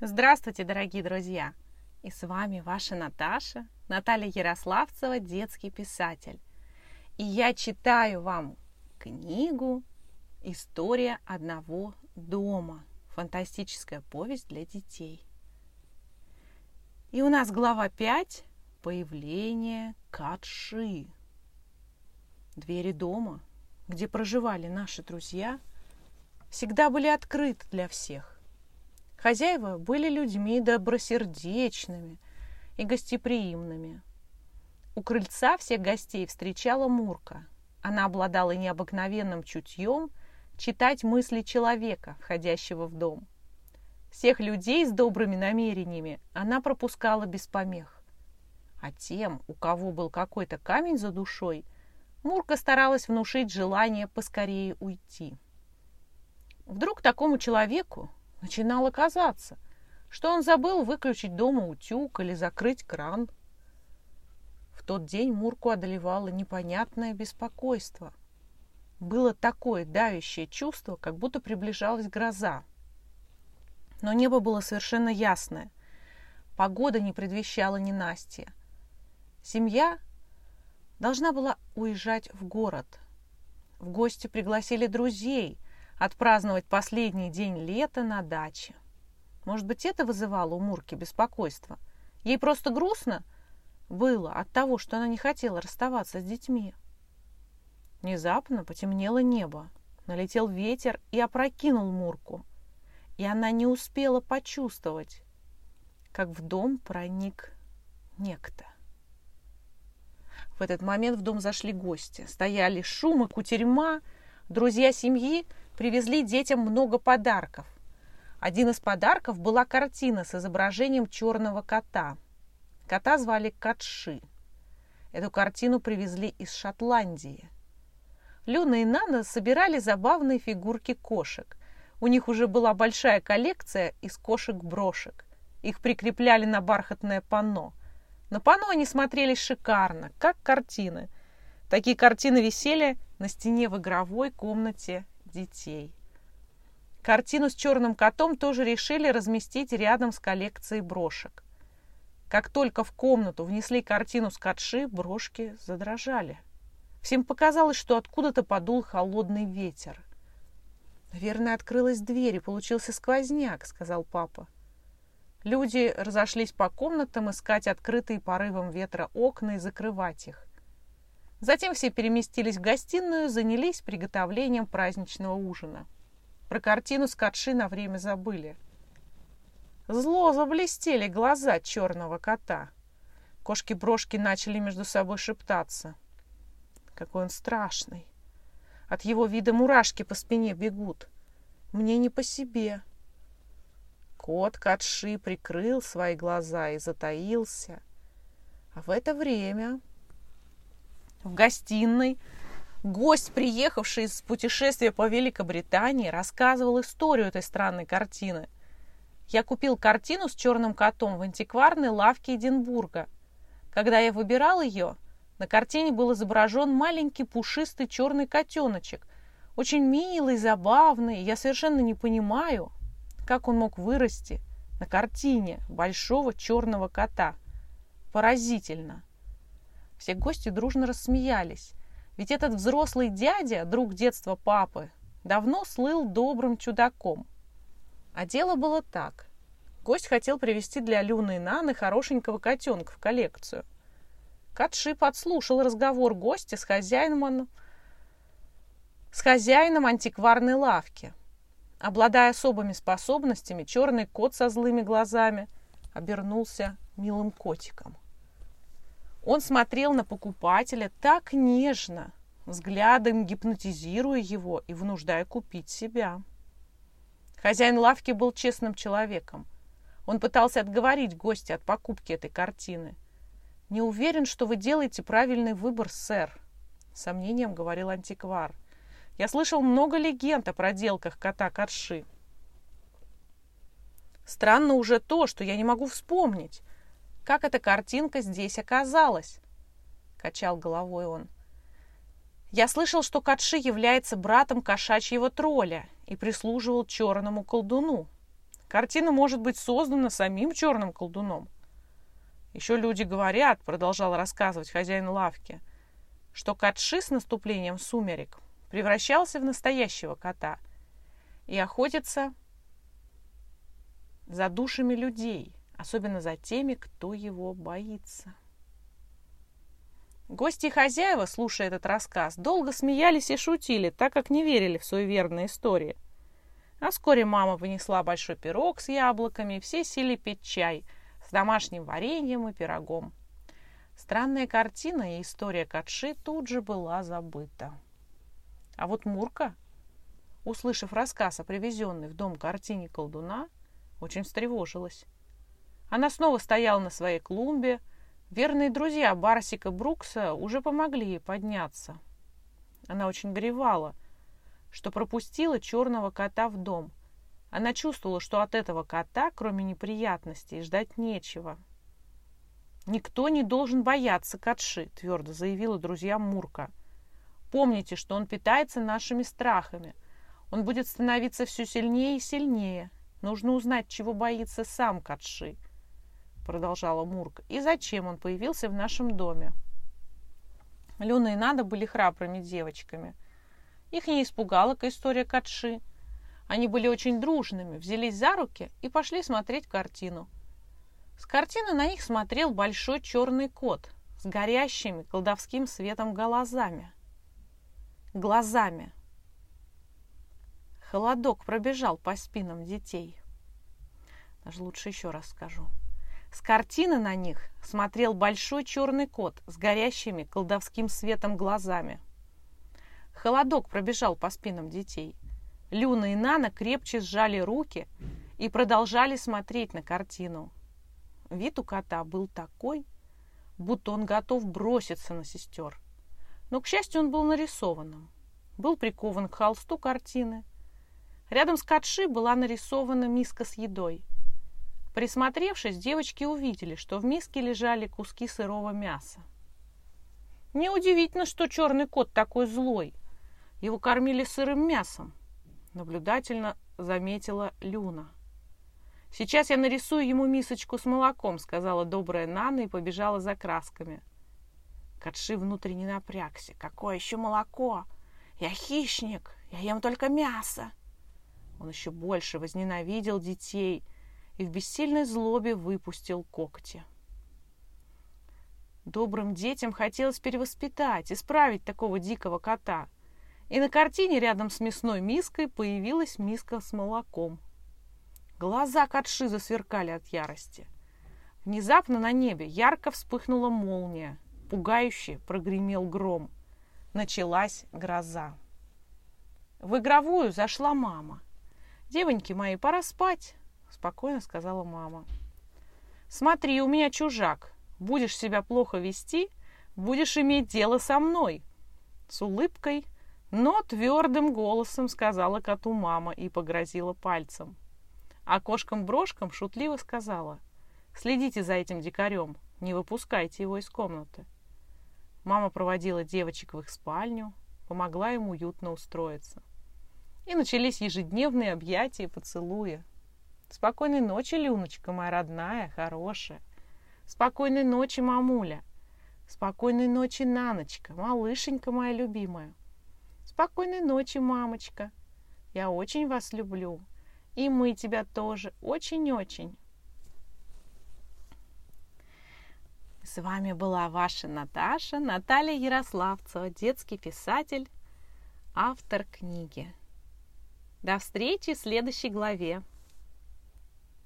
Здравствуйте, дорогие друзья! И с вами ваша Наталья Ярославцева, детский писатель. И я читаю вам книгу «История одного дома». Фантастическая повесть для детей. И у нас глава 5 «Появление Катши». Двери дома, где проживали наши друзья, всегда были открыты для всех. Хозяева были людьми добросердечными и гостеприимными. У крыльца всех гостей встречала Мурка. Она обладала необыкновенным чутьем читать мысли человека, входящего в дом. Всех людей с добрыми намерениями она пропускала без помех. А тем, у кого был какой-то камень за душой, Мурка старалась внушить желание поскорее уйти. Вдруг такому человеку начинало казаться, что он забыл выключить дома утюг или закрыть кран. В тот день Мурку одолевало непонятное беспокойство. Было такое давящее чувство, как будто приближалась гроза. Но небо было совершенно ясное. Погода не предвещала ненастья. Семья должна была уезжать в город. В гости пригласили друзей отпраздновать последний день лета на даче. Может быть, это вызывало у Мурки беспокойство. Ей просто грустно было от того, что она не хотела расставаться с детьми. Внезапно потемнело небо, налетел ветер и опрокинул Мурку. И она не успела почувствовать, как в дом проник некто. В этот момент в дом зашли гости. Стояли шум и кутерьма. Друзья семьи привезли детям много подарков. Один из подарков была картина с изображением черного кота. Кота звали Катши. Эту картину привезли из Шотландии. Люна и Нана собирали забавные фигурки кошек. У них уже была большая коллекция из кошек-брошек. Их прикрепляли на бархатное панно. На панно они смотрелись шикарно, как картины. Такие картины висели на стене в игровой комнате детей. Картину с черным котом тоже решили разместить рядом с коллекцией брошек. Как только в комнату внесли картину с Катши, брошки задрожали. Всем показалось, что откуда-то подул холодный ветер. «Наверное, открылась дверь, и получился сквозняк», — сказал папа. Люди разошлись по комнатам искать открытые порывом ветра окна и закрывать их. Затем все переместились в гостиную, занялись приготовлением праздничного ужина. Про картину с Катши на время забыли. Зло заблестели глаза черного кота. Кошки-брошки начали между собой шептаться. Какой он страшный. От его вида мурашки по спине бегут. Мне не по себе. Кот Катши прикрыл свои глаза и затаился. А в это время в гостиной гость, приехавший из путешествия по Великобритании, рассказывал историю этой странной картины. Я купил картину с черным котом в антикварной лавке Эдинбурга. Когда я выбирал ее, на картине был изображен маленький пушистый черный котеночек. Очень милый, забавный. Я совершенно не понимаю, как он мог вырасти на картине большого черного кота. Поразительно. Все гости дружно рассмеялись. Ведь этот взрослый дядя, друг детства папы, давно слыл добрым чудаком. А дело было так. Гость хотел привезти для Люны и Наны хорошенького котенка в коллекцию. Катши подслушал разговор гостя с хозяином антикварной лавки. Обладая особыми способностями, черный кот со злыми глазами обернулся милым котиком. Он смотрел на покупателя так нежно, взглядом гипнотизируя его и вынуждая купить себя. Хозяин лавки был честным человеком. Он пытался отговорить гостя от покупки этой картины. «Не уверен, что вы делаете правильный выбор, сэр», — с сомнением говорил антиквар. «Я слышал много легенд о проделках кота Катши. Странно уже то, что я не могу вспомнить, как эта картинка здесь оказалась», — качал головой он. «Я слышал, что Катши является братом кошачьего тролля и прислуживал черному колдуну. Картина может быть создана самим черным колдуном. Еще люди говорят, продолжал рассказывать хозяин лавки, что Катши с наступлением сумерек превращался в настоящего кота и охотится за душами людей, особенно за теми, кто его боится. Гости и хозяева, слушая этот рассказ, долго смеялись и шутили, так как не верили в суеверные истории. А вскоре мама понесла большой пирог с яблоками, и все сели пить чай с домашним вареньем и пирогом. Странная картина и история Катши тут же была забыта. А вот Мурка, услышав рассказ о привезенной в дом картине колдуна, очень встревожилась. Она снова стояла на своей клумбе. Верные друзья Барсика Брукса уже помогли ей подняться. Она очень горевала, что пропустила черного кота в дом. Она чувствовала, что от этого кота, кроме неприятностей, ждать нечего. «Никто не должен бояться Катши», — твердо заявила друзьям Мурка. «Помните, что он питается нашими страхами. Он будет становиться все сильнее и сильнее. Нужно узнать, чего боится сам Катши», — продолжала Мурка, «и зачем он появился в нашем доме». Люна и Нада были храбрыми девочками. Их не испугала история Катши. Они были очень дружными, взялись за руки и пошли смотреть картину. С картины на них смотрел большой черный кот с горящими колдовским светом глазами. Холодок пробежал по спинам детей. Даже лучше еще раз скажу. С картины на них смотрел большой черный кот с горящими колдовским светом глазами. Холодок пробежал по спинам детей. Люна и Нана крепче сжали руки и продолжали смотреть на картину. Вид у кота был такой, будто он готов броситься на сестер. Но, к счастью, он был нарисованным. Был прикован к холсту картины. Рядом с Катши была нарисована миска с едой. Присмотревшись, девочки увидели, что в миске лежали куски сырого мяса. «Неудивительно, что черный кот такой злой. Его кормили сырым мясом», — наблюдательно заметила Люна. «Сейчас я нарисую ему мисочку с молоком», — сказала добрая Нана и побежала за красками. Катши внутренне напрягся. «Какое еще молоко? Я хищник, я ем только мясо». Он еще больше возненавидел детей и в бессильной злобе выпустил когти. Добрым детям хотелось перевоспитать, исправить такого дикого кота. И на картине рядом с мясной миской появилась миска с молоком. Глаза Катши засверкали от ярости. Внезапно на небе ярко вспыхнула молния. Пугающе прогремел гром. Началась гроза. В игровую зашла мама. «Девоньки мои, пора спать», — спокойно сказала мама. «Смотри, у меня чужак. Будешь себя плохо вести, будешь иметь дело со мной», — с улыбкой, но твердым голосом сказала коту мама и погрозила пальцем. А кошкам-брошкам шутливо сказала: «Следите за этим дикарем, не выпускайте его из комнаты». Мама проводила девочек в их спальню, помогла им уютно устроиться. И начались ежедневные объятия и поцелуи. «Спокойной ночи, Люночка, моя родная, хорошая. Спокойной ночи, мамуля. Спокойной ночи, Наночка, малышенька моя любимая. Спокойной ночи, мамочка. Я очень вас люблю. И мы тебя тоже очень-очень». С вами была ваша Наташа, Наталья Ярославцева, детский писатель, автор книги. До встречи в следующей главе.